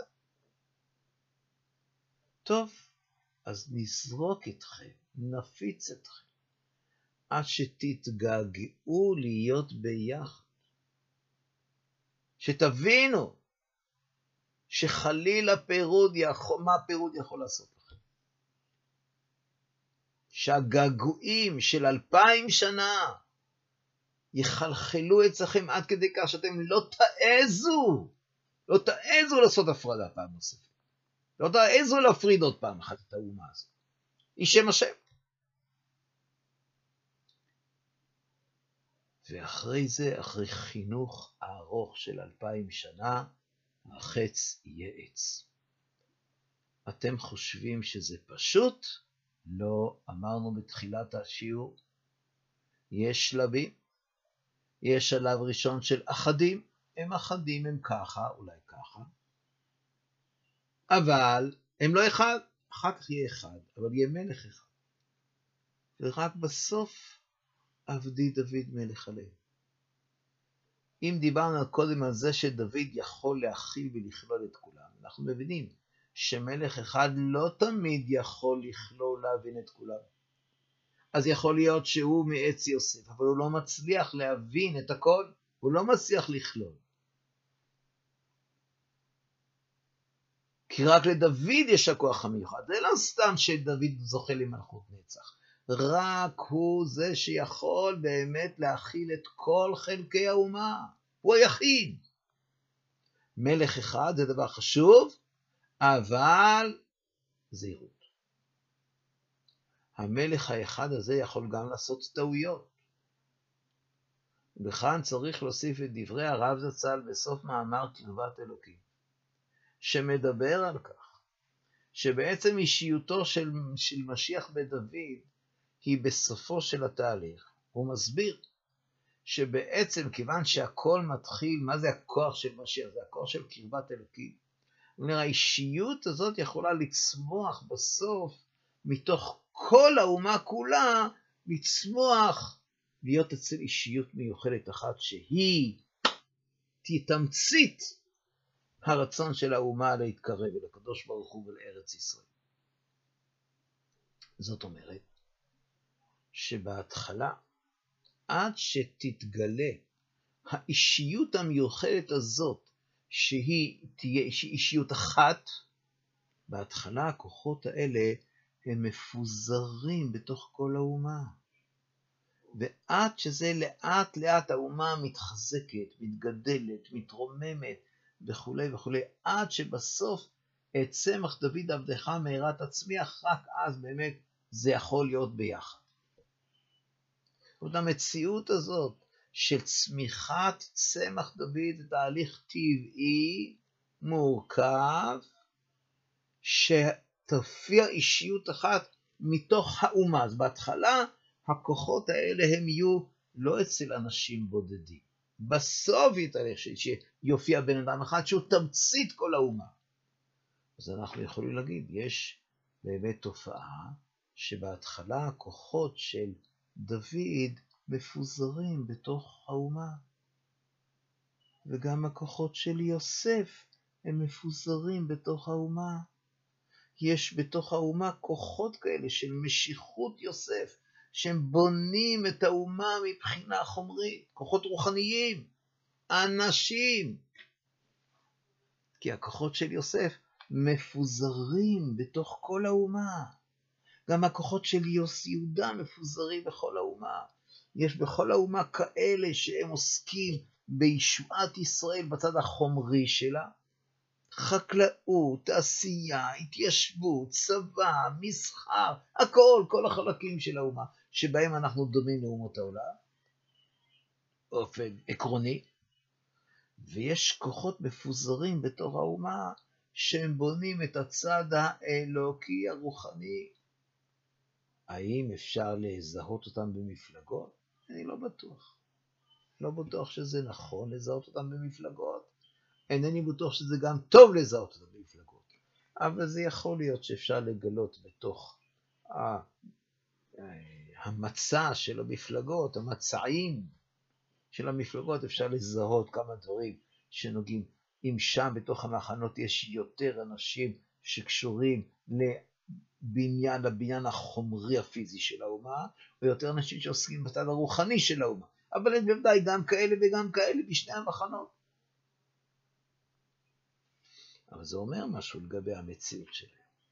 טוב, אז נזרוק אתכם, נפיץ אתכם, עד שתתגעגעו להיות ביחד. שתבינו שחלילה פירוד, מה פירוד יכול לעשות לכם? שהגעגועים של 2000 שנה יחלחלו אצלכם עד כדי כך שאתם לא תעזו לעשות הפרדה פעם נוספת. לא תעזו להפריד עוד פעם אחת את האומה הזאת. היא שם השם. ואחרי זה, אחרי חינוך הארוך של 2000 שנה, החץ יהיה עץ. אתם חושבים שזה פשוט? לא, אמרנו בתחילת השיעור. יש שלבים. יש שלב ראשון של אחדים. הם אחדים, הם ככה, אולי ככה. אבל הם לא אחד. אחר כך יהיה אחד, אבל יהיה מלך אחד. ורק בסוף עבדי דוד מלך עליהם. אם דיברנו קודם על זה שדוד יכול להכיל ולכלול את כולם, אנחנו מבינים שמלך אחד לא תמיד יכול לכלול להבין את כולם. אז יכול להיות שהוא מעץ יוסף, אבל הוא לא מצליח להבין את הכל, הוא לא מצליח לכלול. כי רק לדוד יש הכוח המיוחד. זה לא סתם שדוד זוכה למלכות נצח. רק הוא זה שיכול באמת להכיל את כל חלקי האומה. הוא היחיד. מלך אחד זה דבר חשוב, אבל זהירות. המלך האחד הזה יכול גם לעשות טעויות. וכאן צריך להוסיף את דברי הרב זצ"ל בסוף מאמר קרבת אלוקים, שמדבר על כך, שבעצם אישיותו של משיח בדוד, היא בסופו של התהליך. הוא מסביר שבעצם כיוון שהכל מתחיל, מה זה הכוח של משיח? זה הכוח של קרבת אלוקים. הוא אומר, האישיות הזאת יכולה לצמוח בסוף, מתוך כל האומה כולה, לצמוח, להיות אצל אישיות מיוחדת אחת, שהיא תתמצית הרצון של האומה להתקרב אל הקדוש ברוך הוא ולארץ ישראל. זאת אומרת, שבהתחלה, עד שתתגלה האישיות המיוחדת הזאת, שהיא תהיה אישיות אחת, בהתחלה הכוחות האלה הם מפוזרים בתוך כל האומה. ועד שזה לאט לאט האומה מתחזקת, מתגדלת, מתרוממת וכו' וכו', עד שבסוף את צמח דוד עבדך מהרה תצמיח, רק אז באמת זה יכול להיות ביחד. זאת המציאות הזאת של צמיחת צמח דוד זה תהליך טבעי, מורכב, שתופיע אישיות אחת מתוך האומה. אז בהתחלה הכוחות האלה הם יהיו לא אצל אנשים בודדים. בסוף יתהלך שיופיע בן אדם אחד שהוא תמצית כל האומה. אז אנחנו יכולים להגיד, יש באמת תופעה שבהתחלה הכוחות של דוד מפוזרים בתוך האומה. וגם הכוחות של יוסף הם מפוזרים בתוך האומה. יש בתוך האומה כוחות כאלה של משיכות יוסף, שהם בונים את האומה מבחינה חומרית, כוחות רוחניים, אנשים. כי הכוחות של יוסף מפוזרים בתוך כל האומה. גם הכוחות של יהודה מפוזרים בכל האומה. יש בכל האומה כאלה שהם עוסקים בישועת ישראל בצד החומרי שלה. חקלאות, תעשייה, התיישבות, צבא, מסחר, הכל, כל החלקים של האומה, שבהם אנחנו דומים לאומות העולם, באופן עקרוני. ויש כוחות מפוזרים בתוך האומה, שהם בונים את הצד האלוקי הרוחני. האם אפשר לזהות אותם במפלגות? אני לא בטוח. לא בטוח שזה נכון לזהות אותם במפלגות, אינני בטוח שזה גם טוב לזהות את המפלגות, אבל זה יכול להיות שאפשר לגלות בתוך המצע של המפלגות, המצעים של המפלגות, אפשר לזהות כמה דברים שנוגעים. אם שם בתוך המחנות יש יותר אנשים שקשורים לבניין החומרי הפיזי של האומה, או יותר אנשים שעוסקים בצד הרוחני של האומה. אבל אין בוודאי גם כאלה וגם כאלה בשני המחנות. אבל זה אומר משהו לגבי המציאות שלהם.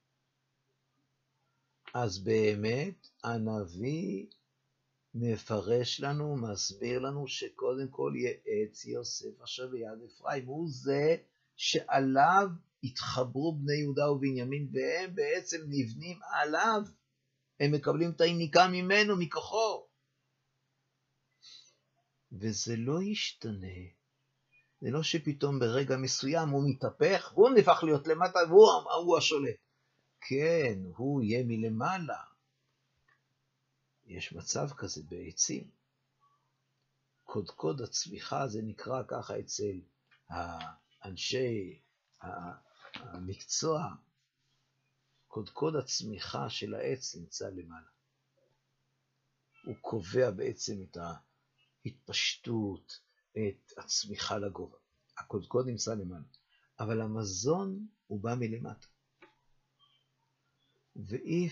אז באמת הנביא מפרש לנו, מסביר לנו שקודם כל יהיה עץ יוסף אשר ביד אפרים, הוא זה שעליו התחברו בני יהודה ובנימין, והם בעצם נבנים עליו, הם מקבלים את היניקה ממנו, מכוחו. וזה לא ישתנה, זה לא שפתאום ברגע מסוים הוא מתהפך, והוא נפך להיות למטה, והוא השולט. כן, הוא יהיה מלמעלה. יש מצב כזה בעצים. קודקוד הצמיחה זה נקרא ככה אצל האנשי המקצוע. קודקוד הצמיחה של העץ נמצא למעלה. הוא קובע בעצם את ההתפשטות, את הצמיחה לגובה. הקודקוד נמצא למעלה. אבל המזון הוא בא מלמטה. ואי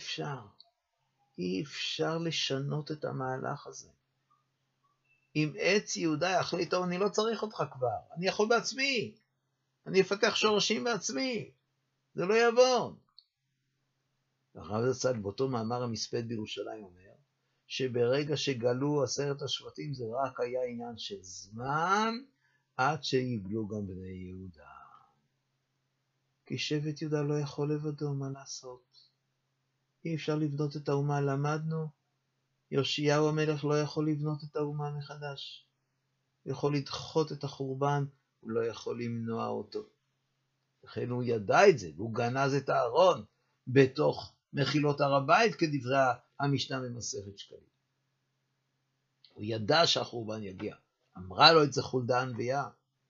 אפשר לשנות את המהלך הזה. אם עץ יהודה יחליט, אני לא צריך אותך כבר, אני יכול בעצמי, אני אפתח שורשים בעצמי, זה לא יעבור. הרב זצ"ל באותו מאמר המספד בירושלים אומר, שברגע שגלו 10 השבטים זה רק היה עניין של זמן, עד שיגלו גם בני יהודה. כי שבט יהודה לא יכול לבדו, מה לעשות? אי אפשר לבנות את האומה, למדנו. יאשיהו המלך לא יכול לבנות את האומה מחדש. הוא יכול לדחות את החורבן, הוא לא יכול למנוע אותו. לכן הוא ידע את זה, והוא גנז את הארון בתוך מחילות הר הבית, כדברי המשנה במסכת שקלים. הוא ידע שהחורבן יגיע. אמרה לו את זה חולדה הנביאה.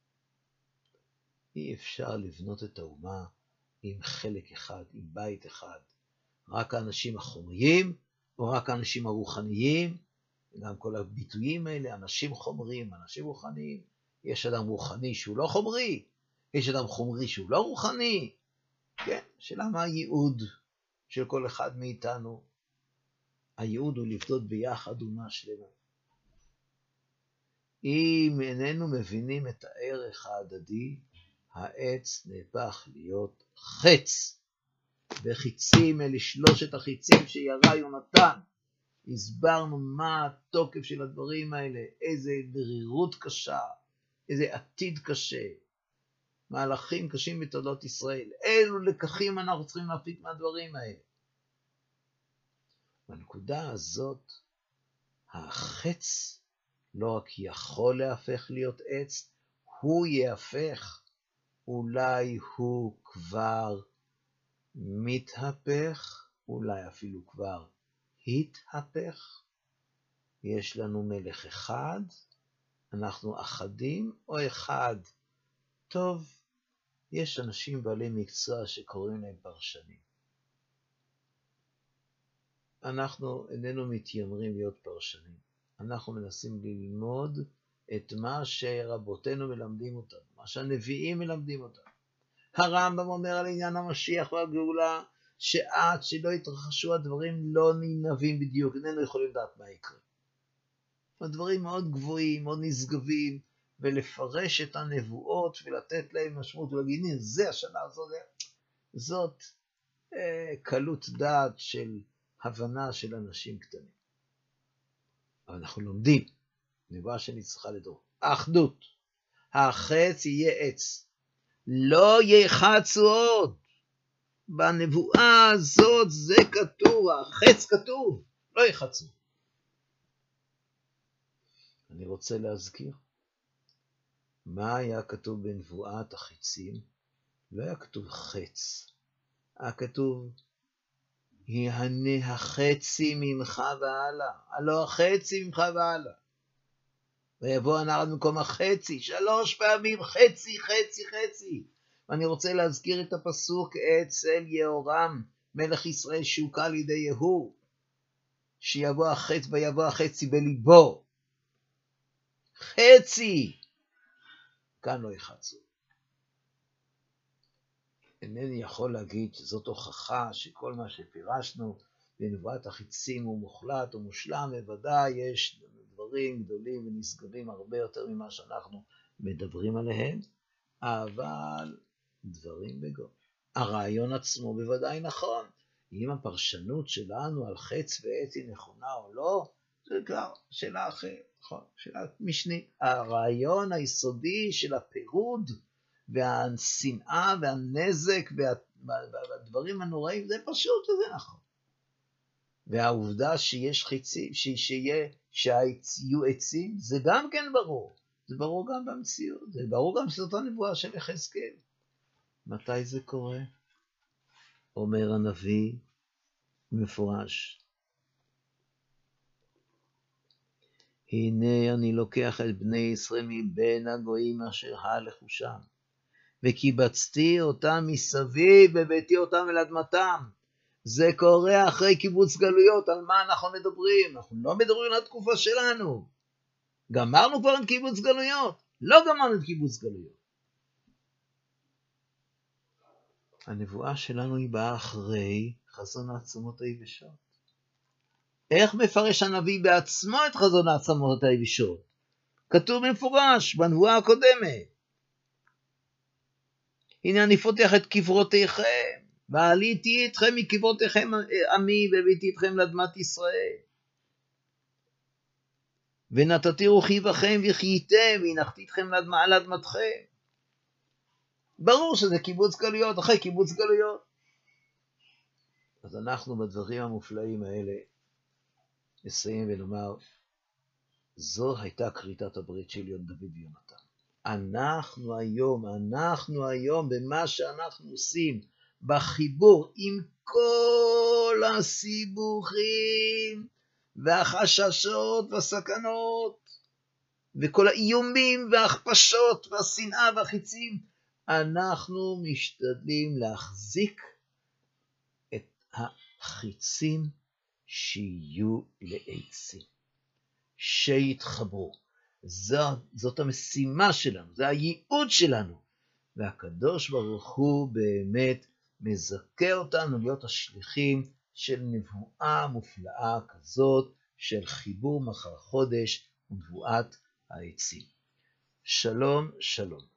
אי אפשר לבנות את האומה עם חלק אחד, עם בית אחד. רק האנשים החומריים, או רק האנשים הרוחניים, גם כל הביטויים האלה, אנשים חומריים, אנשים רוחניים. יש אדם רוחני שהוא לא חומרי, יש אדם חומרי שהוא לא רוחני. כן, שאלה מה הייעוד של כל אחד מאיתנו? הייעוד הוא לבנות ביחד אומה שלמה. אם איננו מבינים את הערך ההדדי, העץ נהפך להיות חץ. וחיצים אלה 3 החיצים שירה יונתן. הסברנו מה התוקף של הדברים האלה, איזה מרירות קשה, איזה עתיד קשה, מהלכים קשים בתולדות ישראל. אילו לקחים אנחנו צריכים להפיק מהדברים האלה. בנקודה הזאת, החץ לא רק יכול להפך להיות עץ, הוא יהפך, אולי הוא כבר מתהפך, אולי אפילו כבר התהפך. יש לנו מלך אחד, אנחנו אחדים או אחד. טוב, יש אנשים בעלי מקצוע שקוראים להם פרשנים. אנחנו איננו מתיימרים להיות פרשנים. אנחנו מנסים ללמוד את מה שרבותינו מלמדים אותנו, מה שהנביאים מלמדים אותנו. הרמב"ם אומר על עניין המשיח והגאולה, שעד שלא יתרחשו הדברים לא ננבאים בדיוק, איננו יכולים לדעת מה יקרה. הדברים מאוד גבוהים, מאוד נשגבים, ולפרש את הנבואות ולתת להם משמעות ולהגיד, הנה זה השנה הזאת, זאת קלות דעת של הבנה של אנשים קטנים. אבל אנחנו לומדים, נבואה שניצחה לדור. האחדות, החץ יהיה עץ, לא יחצו עוד. בנבואה הזאת זה כתוב, החץ כתוב, לא יחצו. אני רוצה להזכיר, מה היה כתוב בנבואת החיצים? לא היה כתוב חץ, היה כתוב, יהנה החצי ממך והלאה, הלא החצי ממך והלאה. ויבוא הנער עד מקום החצי, 3 פעמים חצי, חצי, חצי. ואני רוצה להזכיר את הפסוק אצל יהורם, מלך ישראל שהוכה על ידי יהוא, שיבוא החצי ויבוא החצי בליבו. חצי! כאן לא יחצו. אינני יכול להגיד שזאת הוכחה שכל מה שפירשנו בנבואת החיצים הוא מוחלט או מושלם, בוודאי יש דברים גדולים ונסגרים הרבה יותר ממה שאנחנו מדברים עליהם, אבל דברים בגו. הרעיון עצמו בוודאי נכון. אם הפרשנות שלנו על חץ ועץ היא נכונה או לא, זה כבר שאלה אחרת, נכון? שאלה משנית. הרעיון היסודי של הפירוד והשנאה והנזק והדברים הנוראים, זה פשוט וזה נכון. והעובדה שיש חיצים, שיהיו עצים, זה גם כן ברור. זה ברור גם במציאות, זה ברור גם שזאת הנבואה של יחזקאל. מתי זה קורה? אומר הנביא מפורש. הנה אני לוקח את בני ישראל מבין הגויים אשר הלכושם, וקיבצתי אותם מסביב וביתי אותם אל אדמתם. זה קורה אחרי קיבוץ גלויות. על מה אנחנו מדברים? אנחנו לא מדברים על התקופה שלנו. גמרנו כבר את קיבוץ גלויות? לא גמרנו את קיבוץ גלויות. הנבואה שלנו היא באה אחרי חזון העצמות היבשות. איך מפרש הנביא בעצמו את חזון העצמות היבשות? כתוב במפורש בנבואה הקודמת. הנה אני פותח את קברותיכם, ועליתי אתכם מקברותיכם עמי, והבאתי אתכם לאדמת ישראל. ונתתי רוחי בכם וחייתם, והנחתי אתכם על אדמתכם. ברור שזה קיבוץ גלויות, אחרי קיבוץ גלויות. אז אנחנו בדברים המופלאים האלה נסיים ונאמר, זו הייתה כריתת הברית של דוד ויונתן. אנחנו היום במה שאנחנו עושים, בחיבור עם כל הסיבוכים והחששות והסכנות וכל האיומים וההכפשות והשנאה והחיצים, אנחנו משתדלים להחזיק את החיצים שיהיו לעצים, שיתחברו. זאת המשימה שלנו, זה הייעוד שלנו. והקדוש ברוך הוא באמת מזכה אותנו להיות השליחים של נבואה מופלאה כזאת, של חיבור מחר חודש ונבואת העצים. שלום, שלום.